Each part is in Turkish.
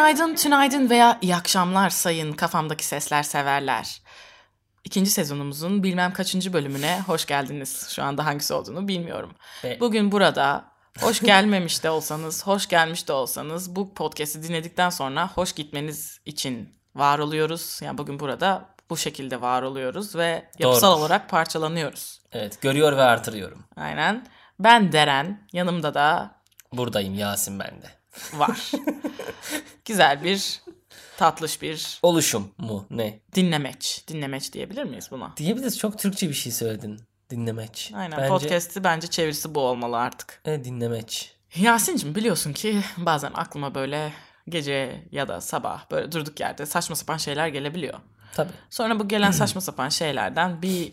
Günaydın, tünaydın veya iyi akşamlar sayın kafamdaki sesler severler. İkinci sezonumuzun bilmem kaçıncı bölümüne hoş geldiniz. Şu anda hangisi olduğunu bilmiyorum. Bugün burada hoş gelmemiş de olsanız, hoş gelmiş de olsanız bu podcast'i dinledikten sonra hoş gitmeniz için var oluyoruz. Yani bugün burada bu şekilde var oluyoruz ve yapısal olarak parçalanıyoruz. Evet, görüyor ve artırıyorum. Aynen. Ben Deren, yanımda da... Buradayım, Yasin ben de. Var. Güzel bir, tatlış bir... Oluşum mu ne? Dinlemeç. Dinlemeç diyebilir miyiz buna? Diyebiliriz. Çok Türkçe bir şey söyledin. Dinlemeç. Aynen. Podcast'i bence çevirisi bu olmalı artık. Dinlemeç. Yasin'cim biliyorsun ki bazen aklıma böyle gece ya da sabah böyle durduk yerde saçma sapan şeyler gelebiliyor. Tabii. Sonra bu gelen saçma sapan şeylerden bir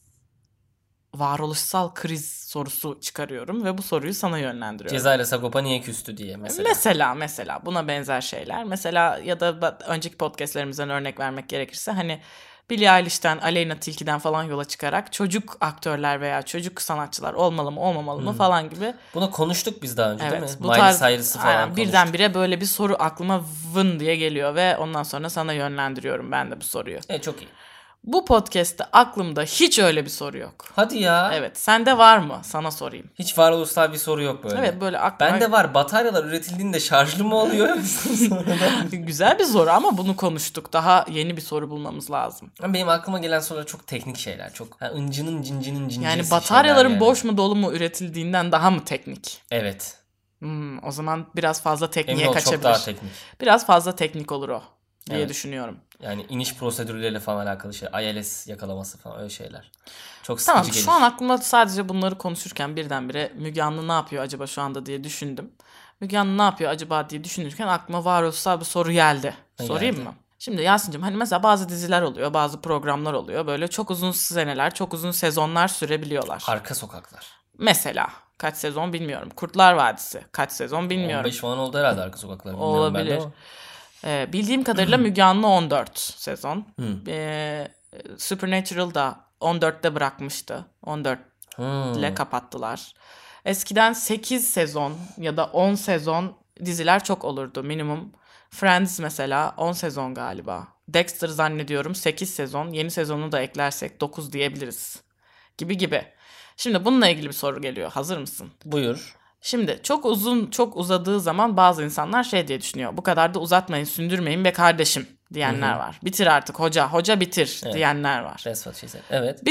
varoluşsal kriz sorusu çıkarıyorum ve bu soruyu sana yönlendiriyorum. Ceza ile Sagopa niye küstü diye mesela. Mesela buna benzer şeyler. Mesela ya da önceki podcastlerimizden örnek vermek gerekirse hani Billie Eilish'ten, Aleyna Tilki'den falan yola çıkarak çocuk aktörler veya çocuk sanatçılar olmalı mı olmamalı mı falan gibi. Bunu konuştuk biz daha önce değil mi? Bu Miley tarz, Cyrus'ı falan konuştuk. birdenbire böyle bir soru aklıma vın diye geliyor ve ondan sonra sana yönlendiriyorum ben de bu soruyu. Çok iyi. Bu podcast'te aklımda hiç öyle bir soru yok. Hadi ya. Evet. Sende var mı? Sana sorayım. Hiç varoluşsal bir soru yok böyle. Evet böyle aklıma... Bende var. Bataryalar üretildiğinde şarjlı mı oluyor? Güzel bir soru ama bunu konuştuk. Daha yeni bir soru bulmamız lazım. Benim aklıma gelen sorular çok teknik şeyler. Çok incinin cincinin cincisi yani bataryaların yani. boş mu dolu mu üretildiğinden daha mı teknik? Evet. O zaman biraz fazla tekniğe Emin ol, kaçabilir. çok daha teknik. Biraz fazla teknik olur o diye düşünüyorum. Yani iniş prosedürleriyle falan alakalı şey. ILS yakalaması falan öyle şeyler. Çok sıkıcı tamam, gelir. şu an aklımda sadece bunları konuşurken birdenbire Müge Anlı ne yapıyor acaba şu anda diye düşündüm. Müge Anlı ne yapıyor acaba diye düşünürken aklıma varoluşsal bir soru geldi. Sorayım mı? Şimdi Yasin'cim hani mesela bazı diziler oluyor, bazı programlar oluyor. Böyle çok uzun seneler, çok uzun sezonlar sürebiliyorlar. Arka Sokaklar. Mesela kaç sezon bilmiyorum. Kurtlar Vadisi kaç sezon bilmiyorum. 15 falan oldu herhalde Arka Sokaklar. Olabilir. Bildiğim kadarıyla Müge Anlı 14 sezon. Supernatural da 14'te bırakmıştı. 14 ile kapattılar. Eskiden 8 sezon ya da 10 sezon diziler çok olurdu minimum. Friends mesela 10 sezon galiba. Dexter zannediyorum 8 sezon. Yeni sezonu da eklersek 9 diyebiliriz. Gibi. Şimdi bununla ilgili bir soru geliyor. Hazır mısın? Buyur. Şimdi çok uzadığı zaman bazı insanlar şey diye düşünüyor. Bu kadar da uzatmayın, sündürmeyin be kardeşim diyenler var. Bitir artık hoca bitir diyenler var. That's what she said. Evet.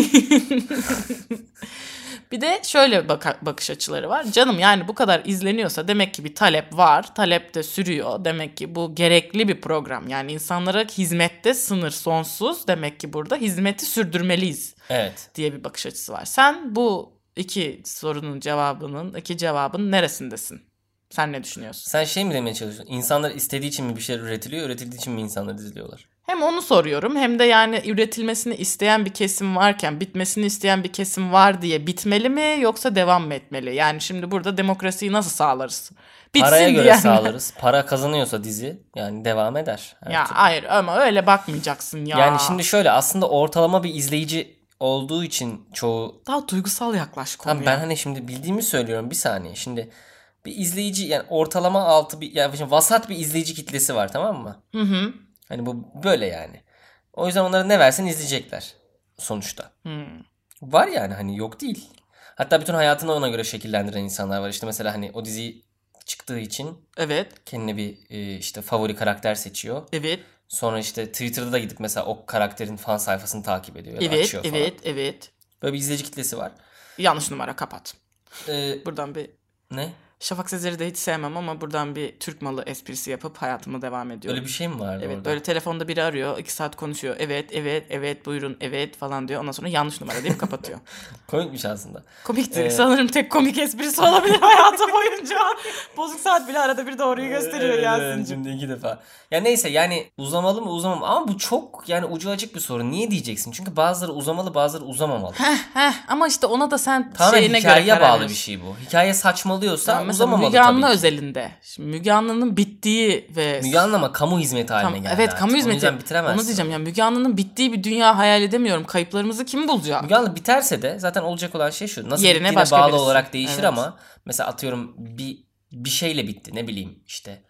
Bir de şöyle bakış açıları var. Canım yani bu kadar izleniyorsa demek ki bir talep var. Talep de sürüyor. Demek ki bu gerekli bir program. Yani insanlara hizmette sınır sonsuz. Demek ki burada hizmeti sürdürmeliyiz. Evet. Diye bir bakış açısı var. Sen bu iki cevabın neresindesin? Sen ne düşünüyorsun? Sen şey mi demeye çalışıyorsun? İnsanlar istediği için mi bir şeyler üretiliyor, üretildiği için mi insanlar izliyorlar? Hem onu soruyorum hem de yani üretilmesini isteyen bir kesim varken bitmesini isteyen bir kesim var diye bitmeli mi yoksa devam mı etmeli? Yani şimdi burada demokrasiyi nasıl sağlarız? Bitsin paraya göre sağlarız. Para kazanıyorsa dizi yani devam eder. Ya hayır ama öyle bakmayacaksın ya. Yani şimdi şöyle aslında ortalama bir izleyici olduğu için çoğu... Daha duygusal yaklaş konuya. Tamam, ben hani şimdi bildiğimi söylüyorum bir saniye. Şimdi bir izleyici yani ortalama altı bir yani vasat bir izleyici kitlesi var, tamam mı? Hı. Hani bu böyle yani. O yüzden onlara ne versen izleyecekler sonuçta. Var yani hani yok değil. Hatta bütün hayatını ona göre şekillendiren insanlar var. İşte mesela hani o dizi çıktığı için kendine bir işte favori karakter seçiyor. Evet. Sonra işte Twitter'da da gidip mesela o karakterin fan sayfasını takip ediyor ya da açıyor falan. Evet. Böyle bir izleyici kitlesi var. Yanlış numara kapat. Buradan bir... Ne? Şafak Sezer'i de hiç sevmem ama buradan bir Türk malı esprisi yapıp hayatıma devam ediyorum. Öyle bir şey mi vardı orada? Evet, böyle telefonda biri arıyor, 2 saat konuşuyor. Evet buyurun evet falan diyor. Ondan sonra yanlış numara deyip kapatıyor. Komikmiş aslında. Komikti. Sanırım tek komik esprisi olabilir hayatım boyunca. Bozuk saat bile arada bir doğruyu gösteriyor Yasin'cim. Şimdi 2 defa. Ya neyse yani uzamalı mı uzamam ama bu çok yani ucu açık bir soru. Niye diyeceksin? Çünkü bazıları uzamalı bazıları uzamamalı. Ama işte ona da sen tamamen şeyine göre hikayeye bağlı bir şey bu. Hikaye saçmalıyorsa uzamamalı Müge Anlı tabii ki. özelinde. Şimdi Müge Anlı'nın bittiği ve... Müge Anlı ama kamu hizmeti haline geldi. Evet, kamu hizmeti. O yüzden bitiremezsin. Onu diyeceğim ya, Müge Anlı'nın bittiği bir dünya hayal edemiyorum. Kayıplarımızı kim bulacak? Müge Anlı biterse de zaten olacak olan şey şu. Nasıl yerine bittiğine bağlı birisi olarak değişir ama mesela atıyorum bir şeyle bitti, ne bileyim işte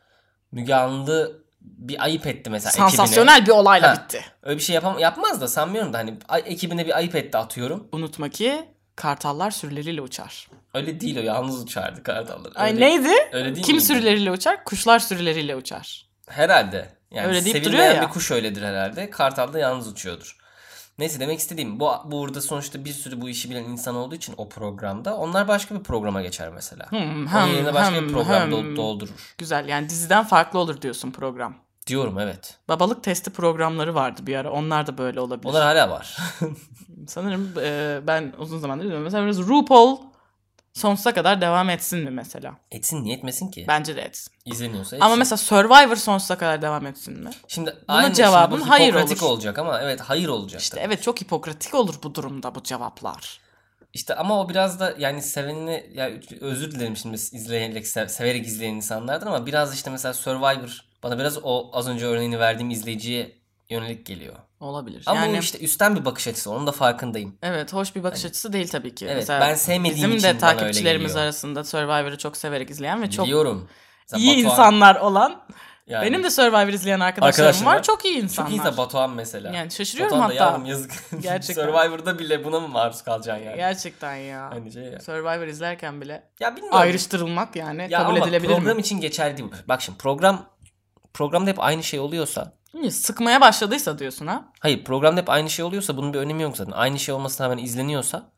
Müge Anlı bir ayıp etti mesela sansasyonel ekibine. Bir olayla bitti. Öyle bir şey yapmaz da sanmıyorum da hani ekibine bir ayıp etti atıyorum. Unutma ki kartallar sürüleriyle uçar. Öyle değil, o yalnız uçardı kartallar. Ay neydi? Öyle değil Kim miydi? Sürüleriyle uçar? Kuşlar sürüleriyle uçar. Herhalde. Yani öyle deyip sevilmeyen bir kuş öyledir herhalde. Kartal da yalnız uçuyordur. Neyse, demek istediğim burada sonuçta bir sürü bu işi bilen insan olduğu için o programda onlar başka bir programa geçer mesela. Onun yerine başka bir program doldurur. Güzel, yani diziden farklı olur diyorsun program. Diyorum, evet. Babalık testi programları vardı bir ara. Onlar da böyle olabilir. Onlar hala var. Sanırım ben uzun zamandır bilmiyorum. Mesela RuPaul sonsuza kadar devam etsin mi mesela? Etsin, niye etmesin ki? Bence de etsin. İzleniyorsa etsin. Ama mesela Survivor sonsuza kadar devam etsin mi? Şimdi buna cevabın hayır olur. Hipokratik olacak ama evet, hayır olacak. İşte evet, çok hipokratik olur bu durumda bu cevaplar. İşte ama o biraz da yani sevenini, ya özür dilerim şimdi severek izleyen insanlardan, ama biraz işte mesela Survivor bana biraz o az önce örneğini verdiğim izleyiciye yönelik geliyor. Olabilir. Ama yani, o işte üstten bir bakış açısı, onun da farkındayım. Evet, hoş bir bakış açısı değil tabii ki. Evet, mesela ben sevmediğim için bizim de bana öyle takipçilerimiz geliyor. arasında Survivor'ı çok severek izleyen ve çok biliyorum. iyi insanlar olan. Yani, benim de Survivor izleyen arkadaşlarım var. Çok iyi insanlar. Çok iyi de Batuhan mesela. Yani şaşırıyorum Batuhan hatta. Batuhan da yazık. Gerçekten. Survivor'da bile buna mı maruz kalacaksın yani? Gerçekten ya. Hani ya. Survivor izlerken bile ya bilmiyorum. ayrıştırılmak yani ya kabul edilebilir mi? Program için geçerli değil. Bak şimdi programda hep aynı şey oluyorsa. Sıkmaya başladıysa diyorsun ha? Hayır, programda hep aynı şey oluyorsa bunun bir önemi yok zaten. Aynı şey olmasına rağmen izleniyorsa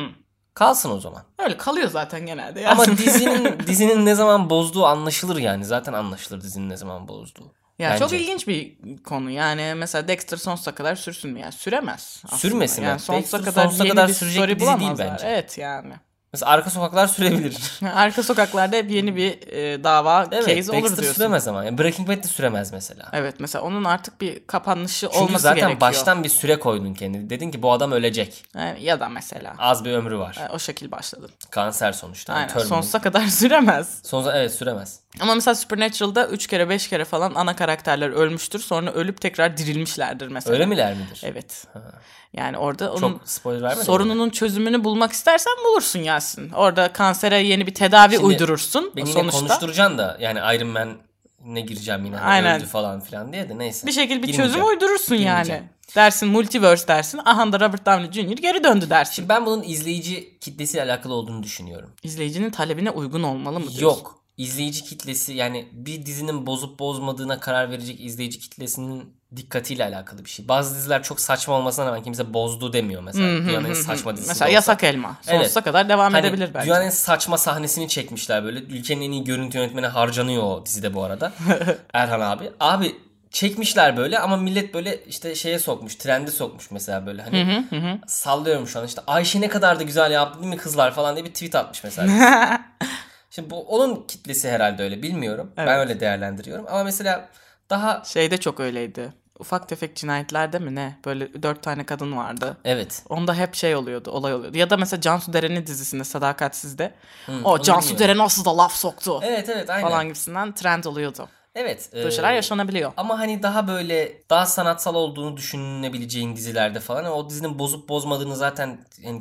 kalsın o zaman. Öyle kalıyor zaten genelde. Ama dizinin ne zaman bozduğu anlaşılır yani. Zaten anlaşılır dizinin ne zaman bozduğu. Ya bence. Çok ilginç bir konu. Yani mesela Dexter sonsuza kadar sürsün mü? Yani süremez aslında. Sürmesin. Yani sonsuza kadar yeni bir sürecek bir dizi değil bence. Evet yani. Mesela Arka Sokaklar sürebilir. Arka Sokaklar'da hep yeni bir dava case olur Dexter diyorsun. süremez ama. Yani Breaking Bad de süremez mesela. Evet, mesela onun artık bir kapanışı çünkü olması zaten gerekiyor. baştan bir süre koydun kendini. Dedin ki bu adam ölecek. Yani ya da mesela. Az bir ömrü var. O şekil başladın. Kanser sonuçta. Aynen. Yani sonsuza kadar süremez. Evet, süremez. Ama mesela Supernatural'da 3 kere 5 kere falan ana karakterler ölmüştür. Sonra ölüp tekrar dirilmişlerdir mesela. Öyle miler midir? Evet. Yani orada onun çok spoiler vermedin sorununun çözümünü bulmak istersen bulursun Yasin. Orada kansere yeni bir tedavi uydurursun. Beni sonuçta. yine konuşturacaksın da yani Iron Man'e gireceğim yine. Aynen. Öldü falan filan diye de neyse. Bir şekilde bir çözüm uydurursun yani. Dersin multiverse dersin. Aha da Robert Downey Jr. geri döndü dersin. Şimdi ben bunun izleyici kitlesiyle alakalı olduğunu düşünüyorum. İzleyicinin talebine uygun olmalı mı diyorsun? Yok. İzleyici kitlesi, yani bir dizinin bozup bozmadığına karar verecek izleyici kitlesinin dikkatiyle alakalı bir şey. Bazı diziler çok saçma olmasına rağmen kimse bozdu demiyor mesela. Dünyanın en saçma dizisi. Mesela Yasak Elma. Sonsuza kadar devam edebilir bence. Dünyanın en saçma sahnesini çekmişler böyle. Ülkenin en iyi görüntü yönetmeni harcanıyor o dizide bu arada. Erhan abi. Abi çekmişler böyle ama millet böyle işte şeye sokmuş, trende sokmuş mesela böyle hani sallıyorum şu an, işte Ayşe ne kadar da güzel yaptı değil mi kızlar falan diye bir tweet atmış mesela. Şimdi bu onun kitlesi herhalde, öyle bilmiyorum. Evet. Ben öyle değerlendiriyorum ama mesela daha şeyde çok öyleydi. Ufak tefek cinayetlerde mi ne? Böyle 4 tane kadın vardı. Evet. Onda hep olay oluyordu. Ya da mesela Cansu Deren'in dizisinde Sadakatsiz'de. O Cansu Deren nasıl da laf soktu. Evet aynen. Falan gibisinden trend oluyordu. Evet. Böyle şeyler yaşanabiliyor. Ama hani daha sanatsal olduğunu düşünebileceğin dizilerde falan o dizinin bozup bozmadığını zaten yani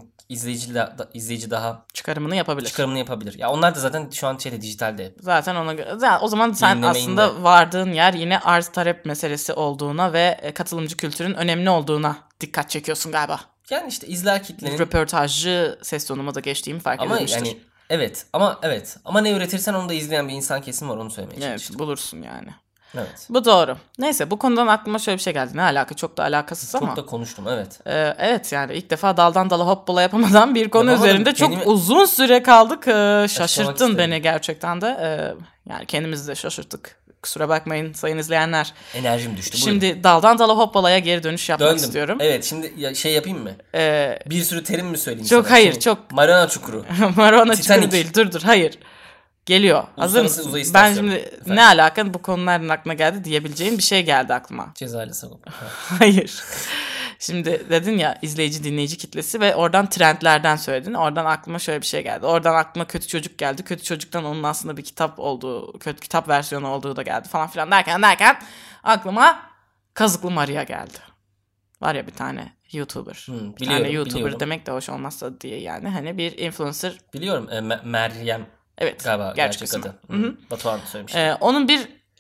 izleyici daha çıkarımını yapabilir. Ya onlar da zaten şu an dijitalde. Zaten o zaman sen aslında vardığın yer yine arz talep meselesi olduğuna ve katılımcı kültürün önemli olduğuna dikkat çekiyorsun galiba. Yani işte izler kitlenin röportajcı ses tonuma da geçtiğimi fark edilmiştir. Yani evet ama ne üretirsen onu da izleyen bir insan kesim var, onu söylemeye çalıştım. Evet, bulursun yani. Evet. Bu doğru. Neyse, bu konudan aklıma şöyle bir şey geldi. Ne alaka? Çok da alakasız ama. Çok da konuştum, evet. Evet yani ilk defa daldan dala hoppala yapamadan bir konu üzerinde çok uzun süre kaldık. Şaşırttın beni gerçekten de. Yani kendimizi de şaşırttık. Kusura bakmayın sayın izleyenler. Enerjim düştü. Şimdi daldan dala hoppalaya geri dönüş yapmak istiyorum. Evet, şimdi yapayım mı? Bir sürü terim mi söyleyeyim çok sana? Hayır çok. Mariana Çukuru. Mariana Çukuru değil. Dur hayır. Geliyor. Hazır mısın? Ben şimdi ne alaka bu konuların aklına geldi diyebileceğin bir şey geldi aklıma. Cezayirli Sagopa. Hayır. Şimdi dedin ya izleyici dinleyici kitlesi ve oradan trendlerden söyledin. Oradan aklıma şöyle bir şey geldi. Oradan aklıma Kötü Çocuk geldi. Kötü Çocuk'tan onun aslında bir kitap olduğu, kötü kitap versiyonu olduğu da geldi falan filan derken aklıma Kazıklı Maria geldi. Var ya bir tane YouTuber. Bir tane YouTuber biliyorum. Demek de hoş olmazsa diye yani hani bir influencer. Biliyorum. Meryem. Evet. Galiba gerçek adı. Batuhan söylemiş. Onun bir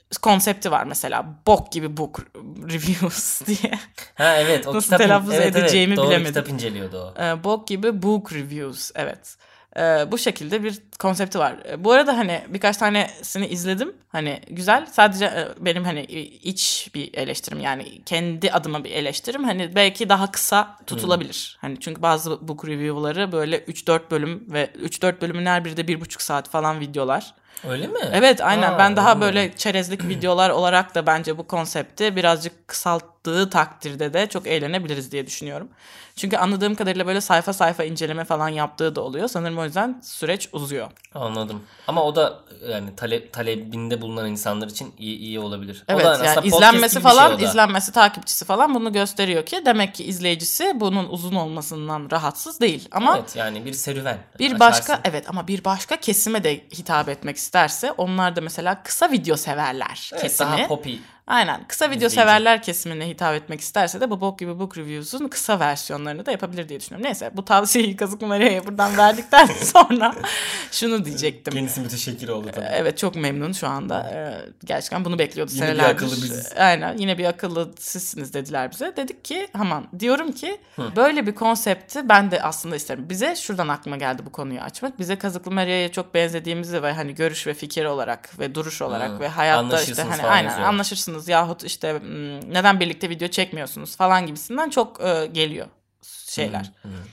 konsepti var mesela. Bok gibi book reviews diye. Ha evet. O nasıl telaffuz edeceğimi evet, doğru, bilemedim. kitap inceliyordu o. Bok gibi book reviews. Evet. Bu şekilde bir konsepti var. Bu arada hani birkaç tanesini izledim. Hani güzel. Sadece benim hani iç bir eleştirim, yani kendi adıma bir eleştirim. Hani belki daha kısa tutulabilir. Hani çünkü bazı book review'ları böyle 3-4 bölüm ve 3-4 bölümün her biri de 1,5 saat falan videolar. Öyle mi? Evet, aynen. Ben daha böyle çerezlik videolar olarak da bence bu konsepti birazcık kısalttığı takdirde de çok eğlenebiliriz diye düşünüyorum. Çünkü anladığım kadarıyla böyle sayfa sayfa inceleme falan yaptığı da oluyor. Sanırım o yüzden süreç uzuyor. Anladım. Ama o da yani talebinde bulunan insanlar için iyi olabilir. Evet, o da yani izlenmesi falan, izlenmesi, takipçisi falan bunu gösteriyor ki demek ki izleyicisi bunun uzun olmasından rahatsız değil. Ama evet, yani bir serüven. Bir başka ama bir başka kesime de hitap etmek isterse onlar da mesela kısa video severler kesimi. Daha poppy. Aynen. Kısa video severler kesimine hitap etmek isterse de bu Bok gibi Book Reviews'un kısa versiyonlarını da yapabilir diye düşünüyorum. Neyse, bu tavsiyeyi Kazıklı Maria'ya buradan verdikten sonra şunu diyecektim. Kendisi müteşekkir oldu tabii. Evet, çok memnun şu anda. Gerçekten bunu bekliyordu yine senelerdir. Yine bir akıllı biziz. Aynen. Yine bir akıllı sizsiniz dediler bize. Dedik ki diyorum ki böyle bir konsepti ben de aslında isterim. Bize şuradan aklıma geldi bu konuyu açmak. Bize Kazıklı Maria'ya çok benzediğimizi ve hani görüş ve fikir olarak ve duruş olarak ve hayatta işte hani aynen anlaşırsınız yahut işte neden birlikte video çekmiyorsunuz falan gibisinden çok geliyor şeyler.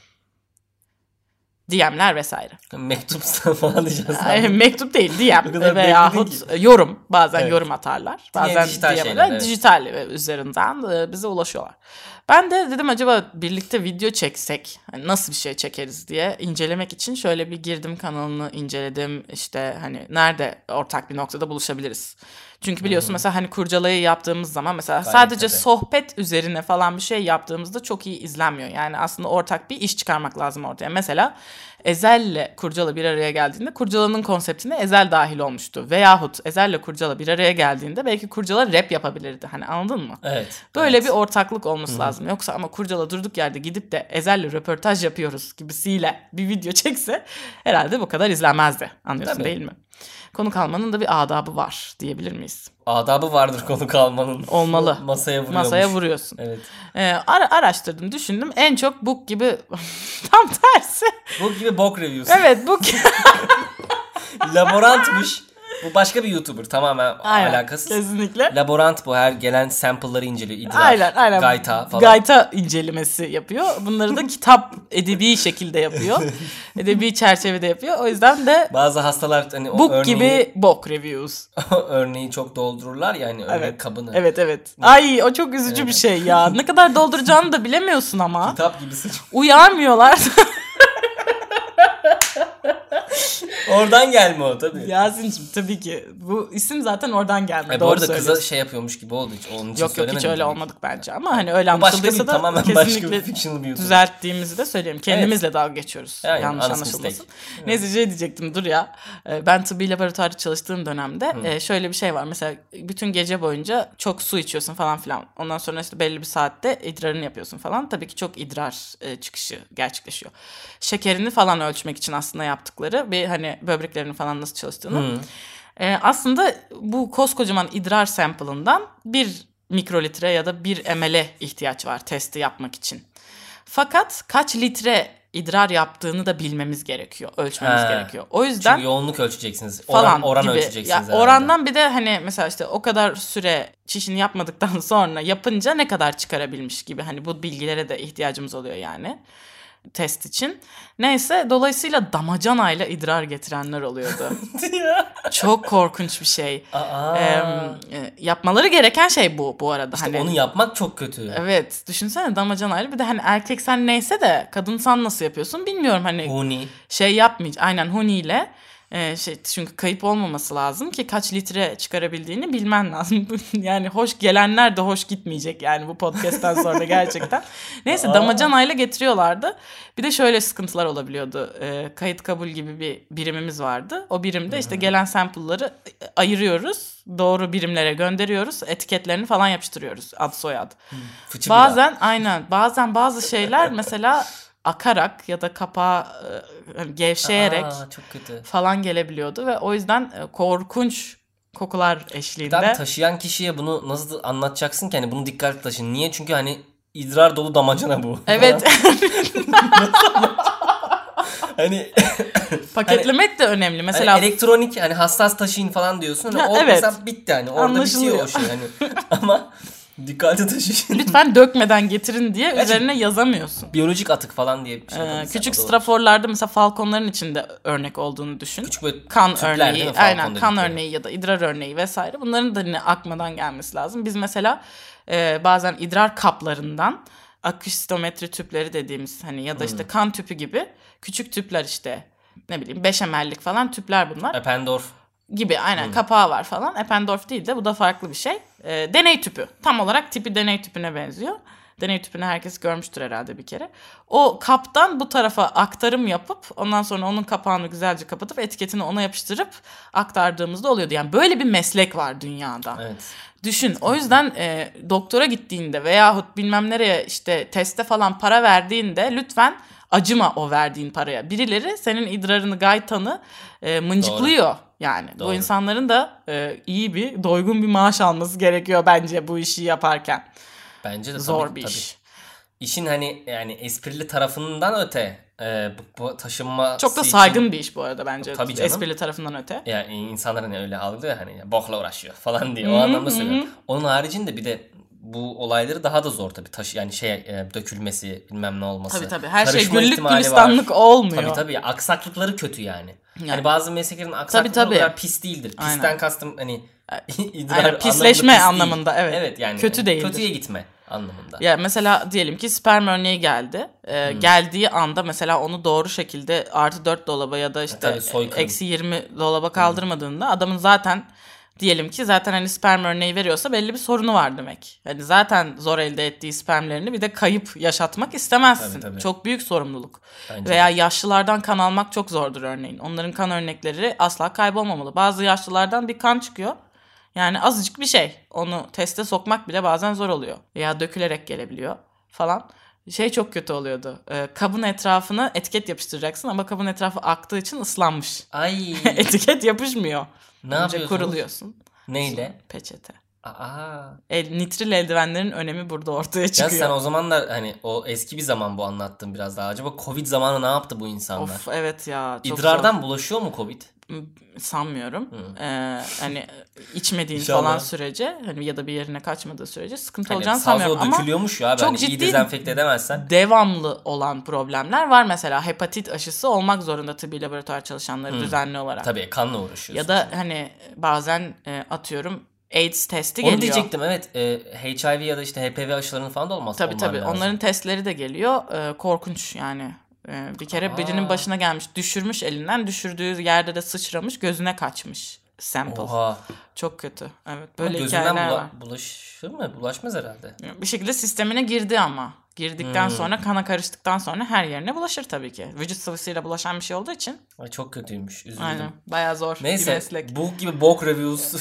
DM'ler vesaire. Mektup falan diyeceğiz. Mektup değil, DM veyahut yorum. Bazen yorum atarlar. Bazen dijital dijital üzerinden bize ulaşıyorlar. Ben de dedim acaba birlikte video çeksek nasıl bir şey çekeriz diye incelemek için şöyle bir girdim, kanalını inceledim. İşte hani nerede ortak bir noktada buluşabiliriz. Çünkü biliyorsun mesela hani kurcalayı yaptığımız zaman mesela sadece sohbet üzerine falan bir şey yaptığımızda çok iyi izlenmiyor. Yani aslında ortak bir iş çıkarmak lazım ortaya. Mesela Ezel'le Kurcala bir araya geldiğinde Kurcala'nın konseptine Ezel dahil olmuştu. Veyahut Ezel'le Kurcala bir araya geldiğinde belki Kurcala rap yapabilirdi. Hani anladın mı? Evet. Böyle bir ortaklık olması lazım. Yoksa ama Kurcala durduk yerde gidip de Ezel'le röportaj yapıyoruz gibisiyle bir video çekse herhalde bu kadar izlenmezdi. Anlıyorsun değil mi? Konuk almanın da bir adabı var diyebilir miyiz? Adabı vardır konuk almanın. Olmalı. Masaya vuruyorsun. Evet. Araştırdım, düşündüm. En çok book gibi tam tersi. Book gibi bok reviews. Evet, book. Laborantmış. Bu başka bir YouTuber, tamamen alakasız. Kesinlikle. Laborant bu, her gelen sample'ları inceliyor. İdrar, aynen. gayta falan. Gayta incelemesi yapıyor. Bunları da kitap edebi şekilde yapıyor. Edebi çerçevede yapıyor. O yüzden de bazı hastalar hani o book örneği, gibi bok reviews. örneği çok doldururlar yani örnek kabını. Evet. Ay, o çok üzücü bir şey ya. Ne kadar dolduracağını da bilemiyorsun ama. Kitap gibisin. Uyarmıyorlar. Oradan gelme o tabii. Yasin'cim tabii ki. Bu isim zaten oradan gelme. Bu arada kıza şey yapıyormuş gibi oldu. Onun için yok hiç öyle olmadık bence. Ama hani öyle anlaşıldıysa da tamamen kesinlikle bir düzelttiğimizi de söyleyelim. Kendimizle dalga geçiyoruz. Yani, yanlış anlaşılmasın. Neyse, şey diyecektim, dur ya. Ben tıbbi laboratuvarda çalıştığım dönemde şöyle bir şey var. Mesela bütün gece boyunca çok su içiyorsun falan filan. Ondan sonra işte belli bir saatte idrarını yapıyorsun falan. Tabii ki çok idrar çıkışı gerçekleşiyor. Şekerini falan ölçmek için aslında yaptıkları bir hani böbreklerinin falan nasıl çalıştığını. Aslında bu koskocaman idrar sample'ından 1 mikrolitre ya da 1 ml'e ihtiyaç var testi yapmak için. Fakat kaç litre idrar yaptığını da bilmemiz gerekiyor, ölçmemiz gerekiyor. O yüzden çünkü yoğunluk ölçeceksiniz. Oran ölçeceksiniz. Orandan bir de hani mesela işte o kadar süre çişini yapmadıktan sonra yapınca ne kadar çıkarabilmiş gibi, hani bu bilgilere de ihtiyacımız oluyor yani test için. Neyse, dolayısıyla damacanayla idrar getirenler oluyordu. Çok korkunç bir şey. Yapmaları gereken şey bu arada. İşte hani onu yapmak çok kötü. Evet, düşünsene damacanayla, bir de hani erkek sen neyse de kadın sen nasıl yapıyorsun bilmiyorum, hani huni. Şey yapmayacak. Aynen, huniyle. Çünkü kayıp olmaması lazım ki kaç litre çıkarabildiğini bilmen lazım. Yani hoş gelenler de hoş gitmeyecek yani bu podcast'ten sonra gerçekten. Neyse, damacanayla getiriyorlardı. Bir de şöyle sıkıntılar olabiliyordu. Kayıt kabul gibi bir birimimiz vardı. O birimde işte gelen sample'ları ayırıyoruz. Doğru birimlere gönderiyoruz. Etiketlerini falan yapıştırıyoruz. Ad soyad. Bazen bazı şeyler mesela akarak ya da kapağı gevşeyerek çok kötü falan gelebiliyordu ve o yüzden korkunç kokular eşliğinde. Tabii taşıyan kişiye bunu nasıl anlatacaksın ki? Hani bunu dikkatli taşın. Niye? Çünkü hani idrar dolu damacana bu. Evet. Hani paketlemek hani, de önemli. Mesela hani elektronik hani hassas taşıyın falan diyorsun. Hani o evet. mesela bitti hani. Orada bitiyor o şey hani. Ama dikkatli taşıyın. Lütfen dökmeden getirin diye üzerine yazamıyorsun. Biyolojik atık falan diye bir şey. Küçük straforlarda mesela falkonların içinde örnek olduğunu düşün. Küçük böyle kan örneği, aynen kan örneği ya da idrar örneği vesaire. Bunların da yine akmadan gelmesi lazım. Biz mesela bazen idrar kaplarından aküstometri tüpleri dediğimiz hani ya da işte kan tüpü gibi küçük tüpler işte ne bileyim 5 ml'lik falan tüpler bunlar. Eppendorf gibi aynen kapağı var falan. Eppendorf değil de bu da farklı bir şey. Deney tüpü. Tam olarak tipi deney tüpüne benziyor. Deney tüpünü herkes görmüştür herhalde bir kere. O kaptan bu tarafa aktarım yapıp ondan sonra onun kapağını güzelce kapatıp etiketini ona yapıştırıp aktardığımızda oluyordu. Yani böyle bir meslek var dünyada. Evet. Düşün. O yüzden doktora gittiğinde veyahut bilmem nereye işte teste falan para verdiğinde lütfen acıma o verdiğin paraya. Birileri senin idrarını gaytanı mıncıklıyor. Doğru. Yani doğru. Bu insanların da iyi bir doygun bir maaş alması gerekiyor bence bu işi yaparken. Bence de zor tabii, bir iş. Tabii. İşin hani yani esprili tarafından öte bu taşınma çok da saygın bir iş bu arada bence. Tabii canım. Esprili tarafından öte. Yani insanlar hani öyle algılıyor hani bokla uğraşıyor falan diye o anlamda söylüyorum. Onun haricinde bir de bu olayları daha da zor tabii yani dökülmesi bilmem ne olması. Tabii her şey güllük gülistanlık olmuyor. Tabii aksaklıkları kötü yani. Hani bazı mesleklerin aksaklıkları o kadar pis değildir. Pisten kastım hani idrar pisleşme anlamında evet. Evet yani kötü değildir. Kötüye gitme anlamında. Ya mesela diyelim ki sperm örneği geldi. Geldiği anda mesela onu doğru şekilde +4 dolaba ya da işte -20 dolaba kaldırmadığında adamın zaten diyelim ki zaten hani sperm örneği veriyorsa belli bir sorunu var demek. Hani zaten zor elde ettiği spermlerini bir de kayıp yaşatmak istemezsin. Tabii. Çok büyük sorumluluk. Bence veya yaşlılardan kan almak çok zordur örneğin. Onların kan örnekleri asla kaybolmamalı. Bazı yaşlılardan bir kan çıkıyor. Yani azıcık bir şey. Onu teste sokmak bile bazen zor oluyor. Veya dökülerek gelebiliyor falan. Çok kötü oluyordu. Kabın etrafına etiket yapıştıracaksın ama kabın etrafı aktığı için ıslanmış. Ay. Etiket yapışmıyor. Ne yapıyorsun? Kuruluyorsun. Neyle? Peçete. Aa. Nitril eldivenlerin önemi burada ortaya çıkıyor. Ya sen o zamanlar hani o eski bir zaman bu anlattığım biraz daha. Acaba Covid zamanı ne yaptı bu insanlar? Of evet ya. Çok İdrardan bulaşıyor mu Covid? Sanmıyorum. Hani içmediğin falan sürece hani ya da bir yerine kaçmadığı sürece sıkıntı hani olacağını sanmıyorum ama dökülüyormuş ya abi. Çok hani ciddi iyi dezenfekte edemezsen. Devamlı olan problemler var mesela hepatit aşısı olmak zorunda tıbbi laboratuvar çalışanları düzenli olarak. Tabii kanla uğraşıyorsun. Ya da hani bazen atıyorum AIDS testi geliyor. Onu diyecektim evet. HIV ya da işte HPV aşılarının falan da olması tabii lazım. Onların testleri de geliyor. Korkunç yani. Bir kere birinin başına gelmiş, düşürmüş elinden, düşürdüğü yerde de sıçramış, gözüne kaçmış sample. Oha. Çok kötü. Evet, böyle hikayeler var. Bulaşır mı? Bulaşmaz herhalde. Bir şekilde sistemine girdi ama. Girdikten sonra kana karıştıktan sonra her yerine bulaşır tabii ki. Vücut sıvısıyla bulaşan bir şey olduğu için. Ay çok kötüymüş. Üzüldüm. Aynen. Bayağı zor bir meslek. Bu gibi bok reviews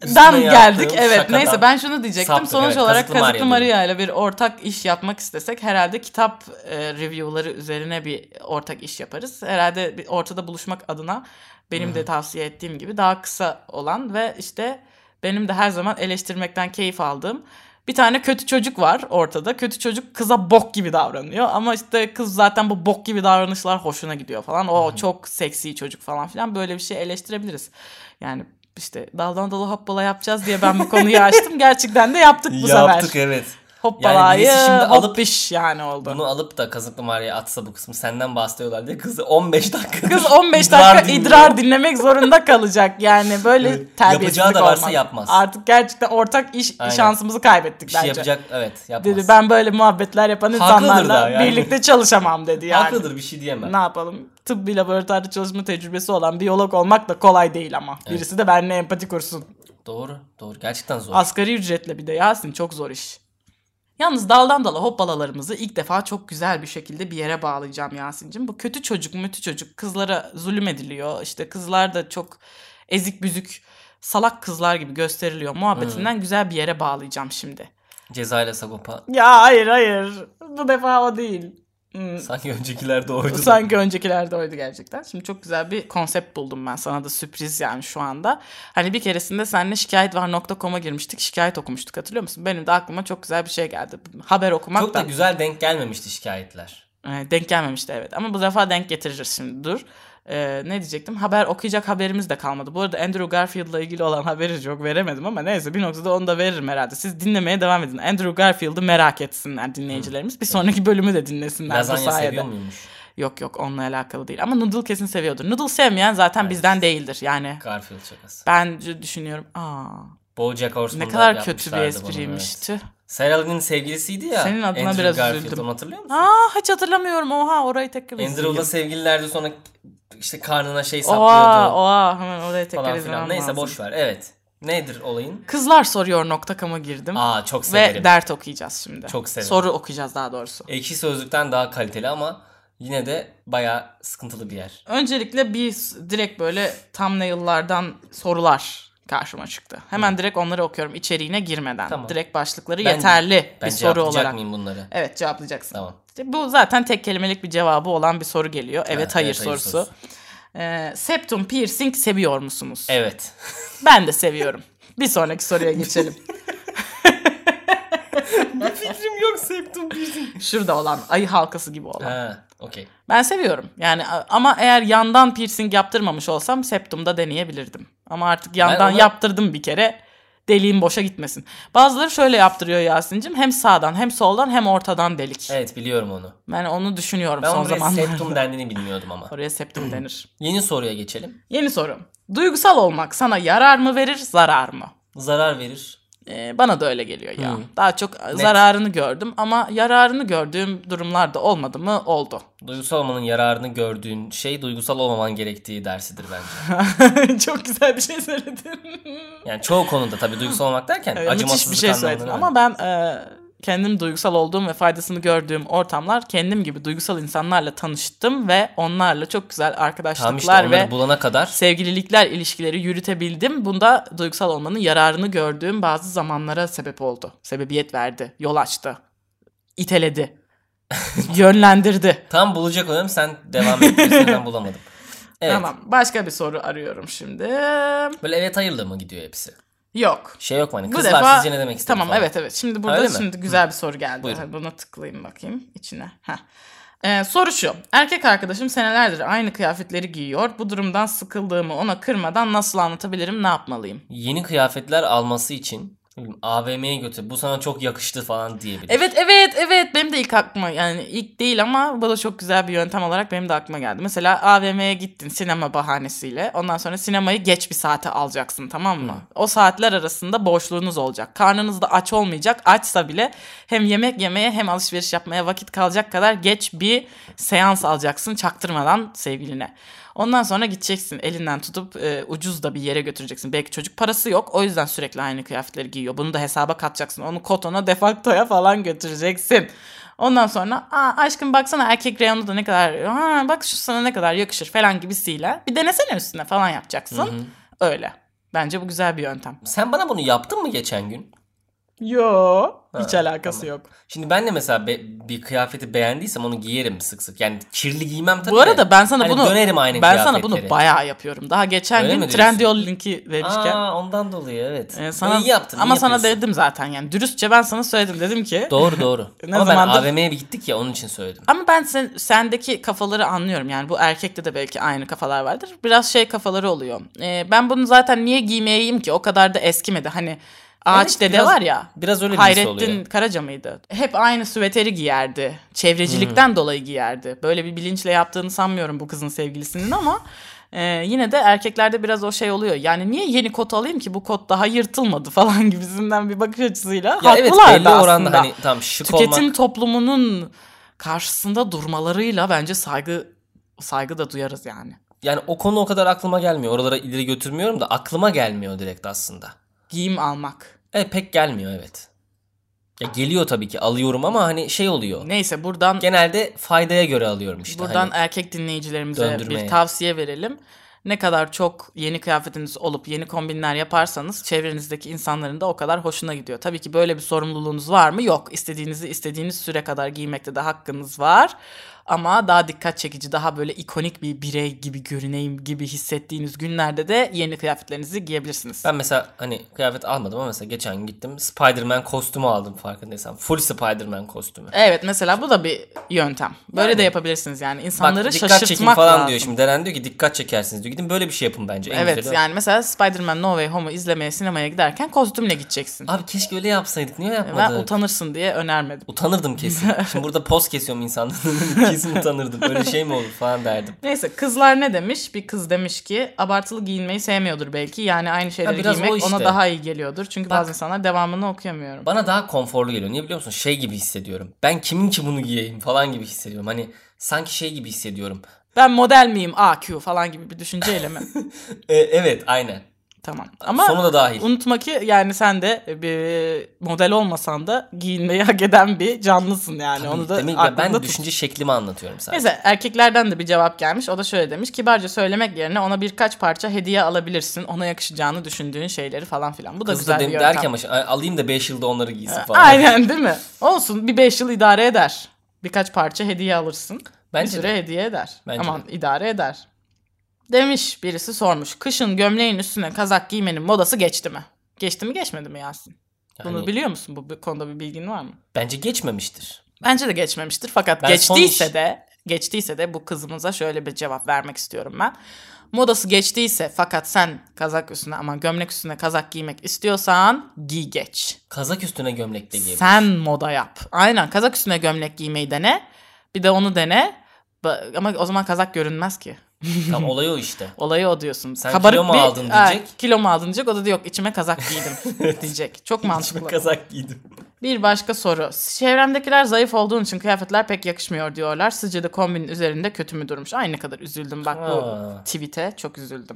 geldik evet neyse ben şunu diyecektim saptık, sonuç olarak Kazıklı Maria ile bir ortak iş yapmak istesek herhalde kitap review'ları üzerine bir ortak iş yaparız. Herhalde bir ortada buluşmak adına benim de tavsiye ettiğim gibi daha kısa olan ve işte benim de her zaman eleştirmekten keyif aldığım bir tane kötü çocuk var ortada. Kötü çocuk kıza bok gibi davranıyor ama işte kız zaten bu bok gibi davranışlar hoşuna gidiyor falan. O çok seksi çocuk falan filan böyle bir şey eleştirebiliriz. Yani işte daldan dala hoppala yapacağız diye ben bu konuyu açtım. Gerçekten de yaptık bu sefer. Yaptık evet. Hoppalayı yani hoppiş yani oldu. Bunu alıp da Kazıklı Maria'ya atsa bu kısmı senden bahsediyorlar diye kızı 15 dakika. Kız 15 dakika idrar dinlemek zorunda kalacak. Yani böyle terbiyesizlik yapacağı da varsa olmaz. yapmaz. Artık gerçekten ortak iş şansımızı kaybettik bir bence. Şey yapacak evet yapmaz. Dedi ben böyle muhabbetler yapan insanlarla yani. birlikte çalışamam dedi yani. Haklıdır bir şey diyemem. Ne yapalım? Tıbbi laboratuvarda çalışma tecrübesi olan biyolog olmak da kolay değil ama. Evet. Birisi de benimle empati kursun. Doğru. Gerçekten zor. Asgari ücretle bir de Yasin çok zor iş. Yalnız daldan dala hoppalalarımızı ilk defa çok güzel bir şekilde bir yere bağlayacağım Yasin'cim. Bu kötü çocuk, kızlara zulüm ediliyor. İşte kızlar da çok ezik büzük, salak kızlar gibi gösteriliyor muhabbetinden güzel bir yere bağlayacağım şimdi. Ceza ile Sagopa. Ya hayır. Bu defa o değil. Sanki öncekiler de oydu. Sanki öncekiler de oydu gerçekten. Şimdi çok güzel bir konsept buldum ben. Sana da sürpriz yani şu anda. Hani bir keresinde seninle şikayetvar.com'a girmiştik. Şikayet okumuştuk, hatırlıyor musun? Benim de aklıma çok güzel bir şey geldi. Haber okumak çok da güzel denk gelmemişti şikayetler. Denk gelmemişti, evet. Ama bu defa denk getireceğiz şimdi. Dur. Ne diyecektim? Haber okuyacak haberimiz de kalmadı. Bu arada Andrew Garfield'la ilgili olan haberi çok veremedim ama neyse, bir noktada onu da veririm herhalde. Siz dinlemeye devam edin. Andrew Garfield'ı merak etsinler dinleyicilerimiz. Bir sonraki bölümü de dinlesinler bu sayede. Lazanya seviyor muymuş? Yok onunla alakalı değil. Ama Noodle kesin seviyordur. Noodle sevmeyen zaten bizden değildir yani. Garfield şakası. Ben düşünüyorum. BoJack Horseman'da ne kadar kötü bir espriymiş. Evet. Sarah Lynn'in sevgilisiydi ya. Senin adına Andrew biraz Garfield, üzüldüm. onu hatırlıyor musun? Hiç hatırlamıyorum. Oha, orayı tekrar izleyeyim. Andrew'la sevgililerdi, sonra işte karnına şey saplıyordu. Oha hemen orayı tekrar izlemem Neyse lazım. boş ver. Evet. Nedir olayın? Kızlarsoruyor.com'a girdim. Çok severim. Ve dert okuyacağız şimdi. Çok severim. Soru okuyacağız daha doğrusu. Ekşi Sözlük'ten daha kaliteli ama yine de bayağı sıkıntılı bir yer. Öncelikle direkt böyle thumbnail'lardan sorular karşıma çıktı. Hemen direkt onları okuyorum içeriğine girmeden. Tamam. Direkt başlıkları yeterli bir soru olarak. Ben cevaplayacak mıyım bunları? Evet, cevaplayacaksın. Tamam. Bu zaten tek kelimelik bir cevabı olan bir soru geliyor. Evet, hayır sorusu. Septum piercing seviyor musunuz? Evet. Ben de seviyorum. Bir sonraki soruya geçelim. Bir fikrim yok septum piercing. Şurada olan, ayı halkası gibi olan. Okey. Ben seviyorum. Yani ama eğer yandan piercing yaptırmamış olsam septumda deneyebilirdim. Ama artık yandan yaptırdım bir kere. Deliğim boşa gitmesin. Bazıları şöyle yaptırıyor Yasin'cim. Hem sağdan hem soldan hem ortadan delik. Evet, biliyorum onu. Ben onu düşünüyorum son zamanlarda. Ben oraya septum dendiğini bilmiyordum ama. Oraya septum denir. Yeni soruya geçelim. Yeni soru. Duygusal olmak sana yarar mı verir, zarar mı? Zarar verir. Bana da öyle geliyor ya. Daha çok zararını gördüm ama yararını gördüğüm durumlar da olmadı mı? Oldu. Duygusal olmanın yararını gördüğün şey duygusal olmaman gerektiği dersidir bence. Çok güzel bir şey söyledin. Yani çoğu konuda tabii duygusal olmak derken acımasızlık bir şey söyledin ama ben kendim duygusal olduğum ve faydasını gördüğüm ortamlar, kendim gibi duygusal insanlarla tanıştım ve onlarla çok güzel arkadaşlıklar ve bulana kadar sevgililikler, ilişkileri yürütebildim. Bunda duygusal olmanın yararını gördüğüm bazı zamanlara sebep oldu. Sebebiyet verdi, yol açtı, iteledi, yönlendirdi. Tam bulacak olayım, sen devam et. Ben bulamadım. Evet. Tamam, başka bir soru arıyorum şimdi. Böyle evet hayırlı mı gidiyor hepsi? Yok. Yok mu hani kızlar defa, sizce ne demek istiyor? Tamam falan. Evet. Şimdi burada güzel bir soru geldi. Buyurun. Buna tıklayayım bakayım içine. Soru şu. Erkek arkadaşım senelerdir aynı kıyafetleri giyiyor. Bu durumdan sıkıldığımı ona kırmadan nasıl anlatabilirim? Ne yapmalıyım? Yeni kıyafetler alması için AVM'ye götür. Bu sana çok yakıştı falan diyebilir. Evet. Benim de ilk aklıma, yani ilk değil ama bu da çok güzel bir yöntem olarak benim de aklıma geldi. Mesela AVM'ye gittin sinema bahanesiyle. Ondan sonra sinemayı geç bir saate alacaksın, tamam mı? O saatler arasında boşluğunuz olacak. Karnınız da aç olmayacak. Açsa bile hem yemek yemeye hem alışveriş yapmaya vakit kalacak kadar geç bir seans alacaksın çaktırmadan sevgiline. Ondan sonra gideceksin, elinden tutup ucuz da bir yere götüreceksin. Belki çocuk parası yok, o yüzden sürekli aynı kıyafetleri giyiyor. Bunu da hesaba katacaksın. Onu Koton'a, Defacto'ya falan götüreceksin. Ondan sonra aşkım baksana erkek reyonu da ne kadar, bak şu sana ne kadar yakışır falan gibisiyle. Bir denesene üstüne falan yapacaksın. Hı-hı. Öyle. Bence bu güzel bir yöntem. Sen bana bunu yaptın mı geçen gün? Yo, hiç alakası yok. Şimdi ben de mesela bir kıyafeti beğendiysem onu giyerim sık sık. Yani kirli giymem tabii. Bu arada ben sana bunu dönerim aynı ben sana bunu bayağı yapıyorum. Daha geçen gün Trendyol linki verirken. Ondan dolayı evet. Sana, iyi yaptın. Ama sana dedim zaten yani. Dürüstçe ben sana söyledim, dedim ki. Doğru. Ama ben AVM'ye bir gittik ya, onun için söyledim. Ama ben sendeki kafaları anlıyorum. Yani bu erkekte de belki aynı kafalar vardır. Biraz kafaları oluyor. Ben bunu zaten niye giymeyeyim ki? O kadar da eskimedi. Hani Ağaç dede var ya. Biraz öyle Hayrettin oluyor. Karaca mıydı? Hep aynı süveteri giyerdi. Çevrecilikten dolayı giyerdi. Böyle bir bilinçle yaptığını sanmıyorum bu kızın sevgilisinin ama yine de erkeklerde biraz o oluyor. Yani niye yeni kot alayım ki, bu kot daha yırtılmadı falan gibisinden bir bakış açısıyla haklılar evet, da belli aslında. Oranda hani tam şık tüketim olmak... toplumunun karşısında durmalarıyla bence saygı da duyarız yani. Yani o konu o kadar aklıma gelmiyor. Oralara ileri götürmüyorum da aklıma gelmiyor direkt aslında. Giyim almak. Pek gelmiyor evet. Ya geliyor tabii ki, alıyorum ama hani oluyor. Neyse buradan. Genelde faydaya göre alıyorum işte. Buradan erkek dinleyicilerimize bir tavsiye verelim. ne kadar çok yeni kıyafetiniz olup yeni kombinler yaparsanız çevrenizdeki insanların da o kadar hoşuna gidiyor. Tabii ki böyle bir sorumluluğunuz var mı? Yok. İstediğinizi istediğiniz süre kadar giymekte de hakkınız var. Ama daha dikkat çekici, daha böyle ikonik bir birey gibi görüneyim gibi hissettiğiniz günlerde de yeni kıyafetlerinizi giyebilirsiniz. Ben mesela hani kıyafet almadım ama mesela geçen gün gittim Spider-Man kostümü aldım farkındaysan. Full Spider-Man kostümü. Evet, mesela bu da bir yöntem. Böyle Yani, de yapabilirsiniz yani. İnsanları bak, şaşırtmak dikkat çekin falan lazım. diyor şimdi. Deren diyor ki dikkat çekersiniz diyor. Gidin böyle bir şey yapın bence. En evet güzeli. Yani mesela Spider-Man No Way Home'u izlemeye sinemaya giderken kostümle gideceksin. Abi keşke öyle yapsaydık. Niye yapmadık? Ben utanırsın diye önermedim. Utanırdım kesin. Şimdi burada poz kesiyorum insanların. Kesin utanırdım. Öyle şey mi olur falan derdim. Neyse, kızlar ne demiş? Bir kız demiş ki abartılı giyinmeyi sevmiyordur belki. Yani aynı şeyleri giymek işte. ona daha iyi geliyordur. Çünkü bazı insanlar devamını okuyamıyorum. Bana daha konforlu geliyor. Niye biliyor musun? Şey gibi hissediyorum. Ben kimin ki bunu giyeyim falan gibi hissediyorum. Hani sanki şey gibi hissediyorum. Ben model miyim AQ falan gibi bir düşünceyle mi? Evet, aynen. Tamam. Ama sonu da dahil. Unutma ki yani sen de bir model olmasan da giyinmeyi hak eden bir canlısın yani. Tabii, onu da demek aklında ben tut. düşünce şeklimi anlatıyorum sadece. Neyse, erkeklerden de bir cevap gelmiş. O da şöyle demiş. Kibarca söylemek yerine ona birkaç parça hediye alabilirsin. Ona yakışacağını düşündüğün şeyleri falan filan. Bu da Kız güzel da bir yöntem. derken alayım da 5 yılda onları giysin falan. Aynen, değil mi? Olsun, bir 5 yıl idare eder. Birkaç parça hediye alırsın. Bence bir süre hediye eder. Bence Aman idare eder. Demiş, birisi sormuş. Kışın gömleğin üstüne kazak giymenin modası geçti mi? Geçti mi geçmedi mi Yasin? Yani, bunu biliyor musun? Bu konuda bir bilgin var mı? Bence geçmemiştir. Bence de geçmemiştir. Fakat geçtiyse de bu kızımıza şöyle bir cevap vermek istiyorum ben. Modası geçtiyse fakat sen kazak üstüne ama gömlek üstüne kazak giymek istiyorsan giy geç. Kazak üstüne gömlek de giyebilirsin. Sen moda yap. Aynen, kazak üstüne gömlek giymeyi dene. Bir de onu dene. Ama o zaman kazak görünmez ki. Tam olay o işte. Olayı o diyorsun. Sen kilo mu aldın diyecek. Kilo mu aldın diyecek. O da diyor yok, içime kazak giydim diyecek. Çok mantıklı. İçime kazak giydim. Bir başka soru. Çevremdekiler zayıf olduğun için kıyafetler pek yakışmıyor diyorlar. Sizce de kombinin üzerinde kötü mü durmuş? Ay ne kadar üzüldüm bak bu tweet'e. Çok üzüldüm.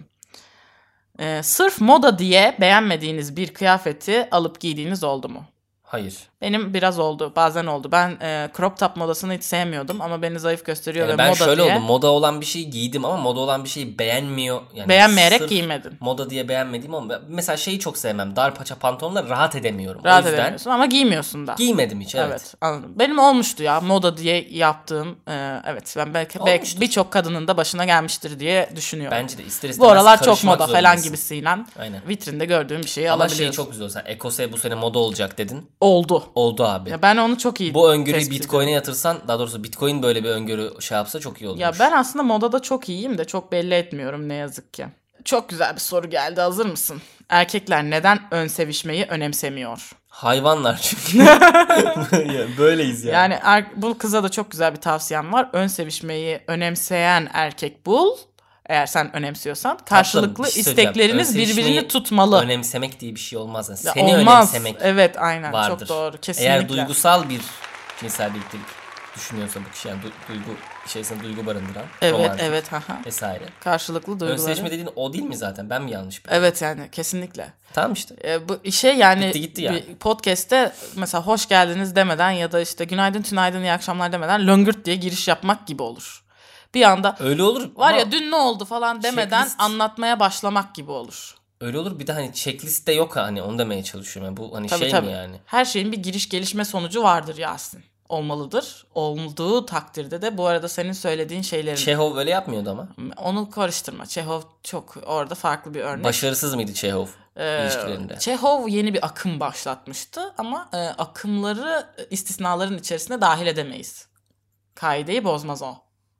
Sırf moda diye beğenmediğiniz bir kıyafeti alıp giydiğiniz oldu mu? Hayır. Benim biraz oldu. Bazen oldu. Ben crop top modasını hiç sevmiyordum ama beni zayıf gösteriyor ve ben moda şöyle diye. oldum. Moda olan bir şeyi giydim ama moda olan bir şeyi beğenmiyor. Yani beğenmeyerek giymedin. Moda diye beğenmediğim ama mesela şeyi çok sevmem. Dar paça pantolonla rahat edemiyorum. Rahat o yüzden edemiyorsun ama giymiyorsun da. Giymedim hiç, evet. Evet, anladım. Benim olmuştu ya moda diye yaptığım. Evet, ben belki birçok kadının da başına gelmiştir diye düşünüyorum. Bence de ister istemez bu aralar çok moda zorundasın falan gibisiyle. Aynen. Vitrinde gördüğüm bir şeyi ama alabiliyorsun. şey çok güzel. Sen Ecose bu sene moda olacak dedin. Oldu abi. Ya ben onu çok iyi bu öngörüyü Bitcoin'e yatırsan, daha doğrusu Bitcoin böyle bir öngörü şey yapsa çok iyi olurmuş. Ya ben aslında modada çok iyiyim de çok belli etmiyorum ne yazık ki. Çok güzel bir soru geldi, hazır mısın? Erkekler neden ön sevişmeyi önemsemiyor? Hayvanlar çünkü. Böyleyiz yani. Yani bu kıza da çok güzel bir tavsiyem var. Ön sevişmeyi önemseyen erkek bul. Eğer sen önemsiyorsan karşılıklı istekleriniz birbirini tutmalı. Önemsemek diye bir şey olmaz. Yani seni önemsemek evet, aynen vardır. Çok doğru, kesinlikle. Eğer duygusal bir cinsel birliktelik düşünüyorsa bu kişi, yani duygu içerisinde duygu barındıran, romantik vesaire. Karşılıklı duyguları. Ön sevişme dediğin o değil mi zaten? Ben mi yanlış biliyorum? Evet yani kesinlikle. Tamam işte. Bu şey yani gitti yani. Bir podcast'te mesela hoş geldiniz demeden ya da işte günaydın, tünaydın, iyi akşamlar demeden löngürt diye giriş yapmak gibi olur. Bir anda öyle olur. Var ya dün ne oldu falan demeden anlatmaya başlamak gibi olur. Öyle olur. Bir de hani checklist de yok, hani onu demeye çalışıyorum. Yani bu hani tabii. Mi yani? Her şeyin bir giriş gelişme sonucu vardır Yasin. Olmalıdır. Olduğu takdirde de bu arada senin söylediğin şeylerin... Çehov öyle yapmıyordu ama. Onu karıştırma. Çehov çok orada farklı bir örnek. Başarısız mıydı Çehov ilişkilerinde? Çehov yeni bir akım başlatmıştı ama akımları istisnaların içerisine dahil edemeyiz. Kaideyi bozmaz o.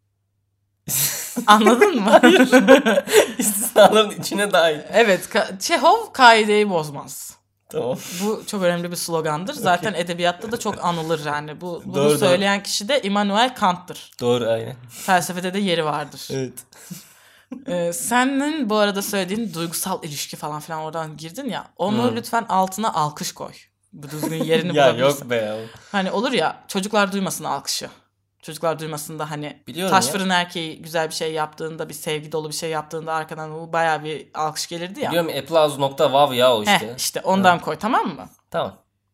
Anladın mı? Hayır. İstisnaların içine dahil. Evet. Çehov kaideyi bozmaz. Tamam. Bu çok önemli bir slogandır. Zaten edebiyatta da çok anılır yani. Bunu söyleyen kişi de Immanuel Kant'tır. Doğru, aynen. Felsefede de yeri vardır. Evet. Senin bu arada söylediğin duygusal ilişki falan filan oradan girdin ya. Onu lütfen altına alkış koy. Bu düzgün yerini ya bulabilirsin. yok be. Hani olur ya, çocuklar duymasın alkışı. Çocuklar duymasında hani biliyorum taş ya. fırın erkeği güzel bir şey yaptığında, bir sevgi dolu bir şey yaptığında arkadan bu bayağı bir alkış gelirdi ya. Biliyorum, applause.wow ya o işte. İşte ondan koy, tamam mı? Tamam.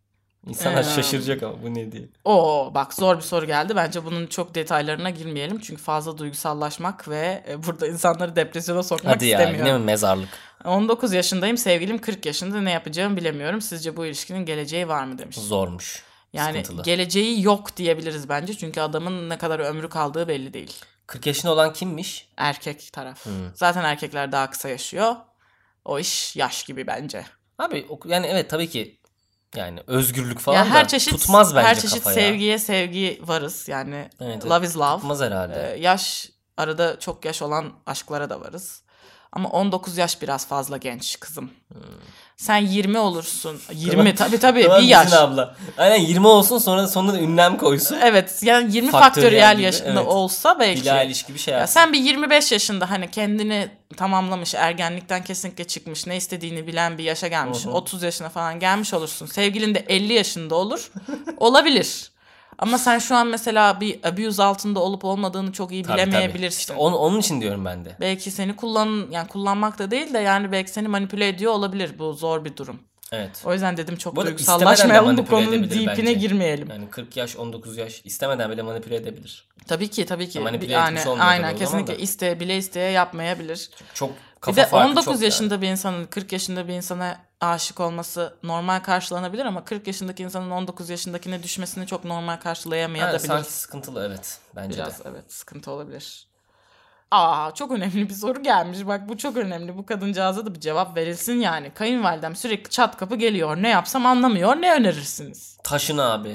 İnsanlar şaşıracak ama bu ne diye. Bak zor bir soru geldi. Bence bunun çok detaylarına girmeyelim. Çünkü fazla duygusallaşmak ve burada insanları depresyona sokmak istemiyorum. Hadi ya, yine mi mezarlık? 19 yaşındayım, sevgilim 40 yaşında, ne yapacağımı bilemiyorum. Sizce bu ilişkinin geleceği var mı demiş. Zormuş. Yani sıkıntılı. Geleceği yok diyebiliriz bence. Çünkü adamın ne kadar ömrü kaldığı belli değil. 40 yaşında olan kimmiş? Erkek taraf. Zaten erkekler daha kısa yaşıyor. O iş yaş gibi bence. Abi yani evet tabii ki yani özgürlük falan ya da tutmaz bence her çeşit kafaya. Sevgiye sevgi varız. Yani evet, love is love. Tutmaz herhalde. Yaş arada çok yaş olan aşklara da varız. Ama 19 yaş biraz fazla genç kızım. Sen 20 olursun. 20 tabii Tamam, bir yaş. Abla. Aynen 20 olsun sonra sonuna ünlem koysun. Evet yani 20 faktöriyel gibi, yaşında evet. olsa belki. Bilal ilişki bir şey yapsın. Sen bir 25 yaşında hani kendini tamamlamış, ergenlikten kesinlikle çıkmış, ne istediğini bilen bir yaşa gelmiş. 30 yaşına falan gelmiş olursun. Sevgilin de 50 yaşında olur. Olabilir. Ama sen şu an mesela bir abuse altında olup olmadığını çok iyi bilemeyebilirsin. Tabii. İşte onun için diyorum ben de. Belki seni kullanmak da değil de yani belki seni manipüle ediyor olabilir. Bu zor bir durum. Evet. O yüzden dedim çok bu duygusallaşmayalım, bu konunun deep'ine girmeyelim. Yani 40 yaş 19 yaş istemeden bile manipüle edebilir. Tabii ki. Manipüle etmiş olmuyor. Aynen kesinlikle isteye yapmayabilir. Çok bir de 19 yaşında bir insanın 40 yaşında bir insana aşık olması normal karşılanabilir ama 40 yaşındaki insanın 19 yaşındakine düşmesini çok normal karşılayamayabilir. Sanki sıkıntılı evet bence biraz, de. Evet sıkıntı olabilir. Çok önemli bir soru gelmiş. Bak bu çok önemli. Bu kadıncağıza da bir cevap verilsin yani. Kayınvalidem sürekli çat kapı geliyor. Ne yapsam anlamıyor. Ne önerirsiniz? Taşın abi.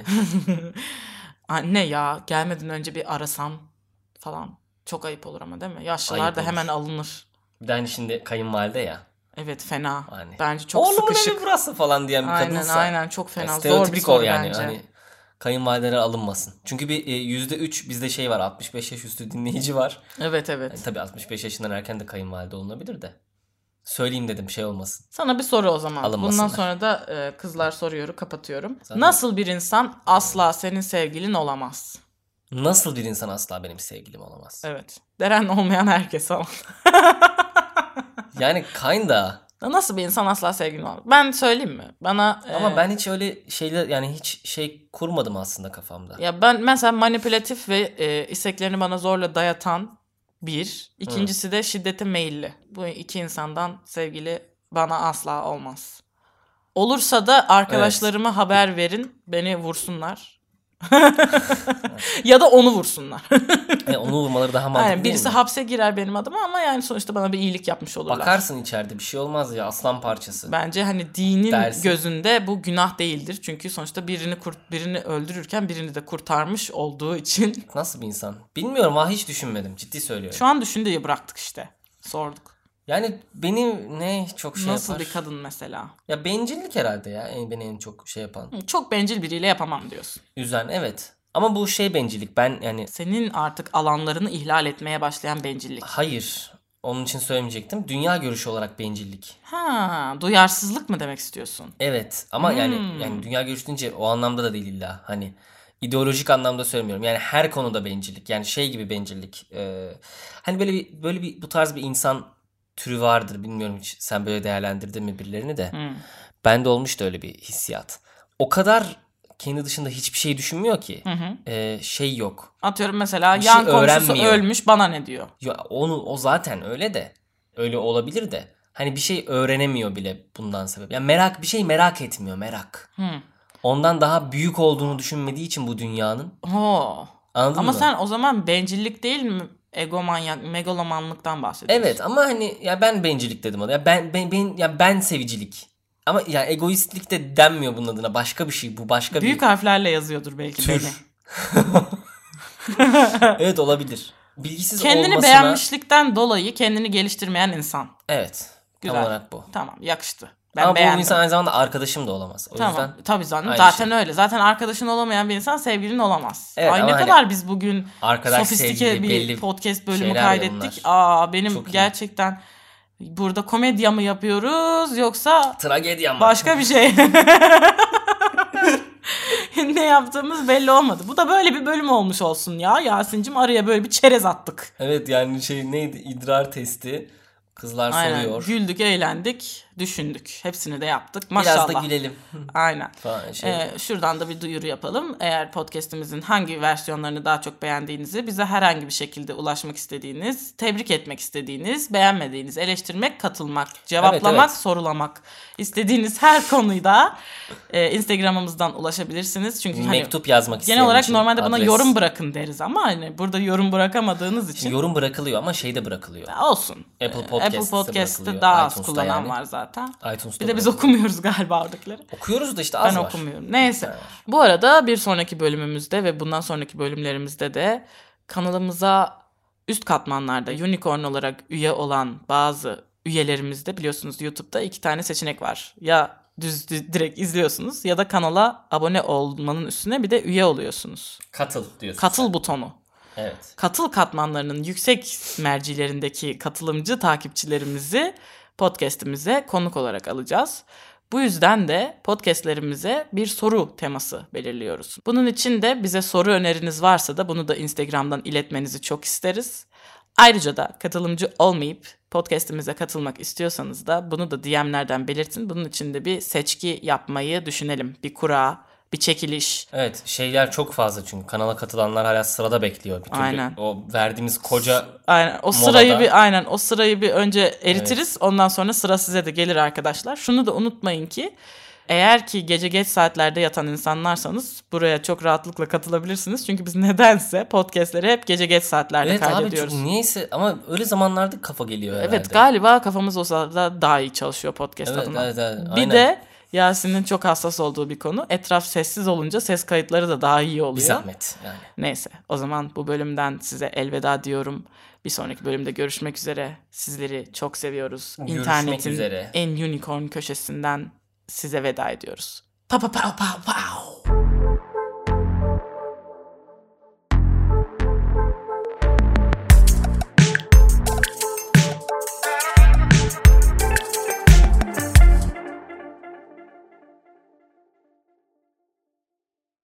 Anne ya gelmeden önce bir arasam falan. Çok ayıp olur ama değil mi? Yaşlılar ayıp da olur. Hemen alınır. Bir de hani şimdi kayınvalide ya. Evet fena. Hani, bence çok sıkışık. Oğlumun evi burası falan diyen bir kadınsa. Aynen çok fena. Zor bir soru yani. Hani kayınvalidelere alınmasın. Çünkü bir %3 bizde şey var 65 yaş üstü dinleyici var. Evet. Yani tabii 65 yaşından erken de kayınvalide olunabilir de. Söyleyeyim dedim şey olmasın. Sana bir soru o zaman. Bundan sonra da kızlar soruyoru kapatıyorum. Zaten... Nasıl bir insan asla senin sevgilin olamaz? Nasıl bir insan asla benim sevgilim olamaz? Evet. Deren olmayan herkes ama. Yani kinda. Nasıl bir insan asla sevgilin olamaz? Ben söyleyeyim mi? Bana ama ben hiç öyle şeyler yani hiç şey kurmadım aslında kafamda. Ya ben mesela manipülatif ve isteklerini bana zorla dayatan bir. İkincisi de şiddete meyilli. Bu iki insandan sevgili bana asla olmaz. Olursa da arkadaşlarıma haber verin. Beni vursunlar. Ya da onu vursunlar. Onu vurmaları daha mantıklı değil mi? Birisi hapse girer benim adıma ama yani sonuçta bana bir iyilik yapmış olurlar. Bakarsın içeride bir şey olmaz ya aslan parçası. Bence hani dinin gözünde bu günah değildir. Çünkü sonuçta birini öldürürken birini de kurtarmış olduğu için. Nasıl bir insan? Bilmiyorum hiç düşünmedim. Ciddi söylüyorum. Şu an düşün diye bıraktık işte. Sorduk. Yani benim ne çok şey Nasıl yapar? bir kadın mesela? Ya bencillik herhalde ya. Beni en çok şey yapan. Çok bencil biriyle yapamam diyorsun. Üzen evet. Ama bu şey bencillik. Ben yani. Senin artık alanlarını ihlal etmeye başlayan bencillik. Hayır. Onun için söylemeyecektim. Dünya görüşü olarak bencillik. Duyarsızlık mı demek istiyorsun? Evet. Ama yani dünya görüşü deyince o anlamda da değil illa. Hani ideolojik anlamda söylemiyorum. Yani her konuda bencillik. Yani şey gibi bencillik. Hani böyle bir bu tarz bir insan türü vardır. Bilmiyorum hiç sen böyle değerlendirdin mi birilerini de. Bende olmuştu öyle bir hissiyat. O kadar kendi dışında hiçbir şey düşünmüyor ki. Şey yok. Atıyorum mesela yan komşusu ölmüş bana ne diyor? Ya o zaten öyle de. Öyle olabilir de. Hani bir şey öğrenemiyor bile bundan sebep. Yani bir şey merak etmiyor merak. Ondan daha büyük olduğunu düşünmediği için bu dünyanın. Anladın mı? Ama sen o zaman bencillik değil mi? Megalomanlıktan bahsediyorsun. Evet ama hani ya ben bencillik dedim ona. Ya ben sevicilik. Ama ya egoistlik de denmiyor bunun adına. Başka bir şey bu. Başka büyük harflerle yazıyordur belki tür. beni. Evet olabilir. Bilgisiz kendini olmasına... beğenmişlikten dolayı kendini geliştirmeyen insan. Evet. Güzel. Tam olarak bu. Tamam yakıştı. Ama beğendim. Bu insan aynı zamanda arkadaşım da olamaz. O yüzden tabii zaten öyle. Zaten arkadaşın olamayan bir insan sevgilin olamaz. Evet, ne kadar biz bugün sofistike bir podcast bölümü kaydettik. Benim çok gerçekten burada komedya mı yapıyoruz yoksa tragedya mı? Başka bir şey. Ne yaptığımız belli olmadı. Bu da böyle bir bölüm olmuş olsun ya Yasin'cim. Araya böyle bir çerez attık. Evet yani neydi? İdrar testi. Kızlar soruyor. Güldük, eğlendik. düşündük. Hepsini de yaptık. Maşallah. Biraz da gülelim. Aynen. Şuradan da bir duyuru yapalım. Eğer podcast'imizin hangi versiyonlarını daha çok beğendiğinizi, bize herhangi bir şekilde ulaşmak istediğiniz, tebrik etmek istediğiniz, beğenmediğiniz, eleştirmek, katılmak, cevaplamak, sorulamak istediğiniz her konuyu da Instagram'ımızdan ulaşabilirsiniz. Çünkü mektup yazmak isteyen genel olarak normalde buna yorum bırakın deriz ama hani burada yorum bırakamadığınız için. Yorum bırakılıyor ama şeyde bırakılıyor. Olsun. Apple Podcast'te daha az kullanan var zaten. Bir de biz okumuyoruz galiba oradakileri. Okuyoruz da işte az var. Ben okumuyorum. Neyse. Bu arada bir sonraki bölümümüzde ve bundan sonraki bölümlerimizde de kanalımıza üst katmanlarda unicorn olarak üye olan bazı üyelerimizde biliyorsunuz YouTube'da 2 tane seçenek var. Ya düz direkt izliyorsunuz ya da kanala abone olmanın üstüne bir de üye oluyorsunuz. Katıl diyorsun. Katıl butonu. Evet. Katıl katmanlarının yüksek mercilerindeki katılımcı takipçilerimizi podcast'imize konuk olarak alacağız. Bu yüzden de podcast'lerimize bir soru teması belirliyoruz. Bunun için de bize soru öneriniz varsa da bunu da Instagram'dan iletmenizi çok isteriz. Ayrıca da katılımcı olmayıp podcast'imize katılmak istiyorsanız da bunu da DM'lerden belirtin. Bunun için de bir seçki yapmayı düşünelim. Bir kura, bir çekiliş. Evet, şeyler çok fazla çünkü kanala katılanlar hala sırada bekliyor. Bir türlü aynen. O verdiğimiz koca aynen. O sırayı bir önce eritiriz. Evet. Ondan sonra sıra size de gelir arkadaşlar. Şunu da unutmayın ki eğer ki gece geç saatlerde yatan insanlarsanız buraya çok rahatlıkla katılabilirsiniz. Çünkü biz nedense podcastleri hep gece geç saatlerde kaydediyoruz. Evet abi niyeyse ama öyle zamanlarda kafa geliyor herhalde. Evet galiba kafamız o sırada daha iyi çalışıyor podcast adına. Evet, bir de Yasin'in çok hassas olduğu bir konu. Etraf sessiz olunca ses kayıtları da daha iyi oluyor. Bir zahmet yani. Neyse o zaman bu bölümden size elveda diyorum. Bir sonraki bölümde görüşmek üzere. Sizleri çok seviyoruz. Görüşmek İnternetin üzere. en unicorn köşesinden size veda ediyoruz. Pa pa pa pa pa.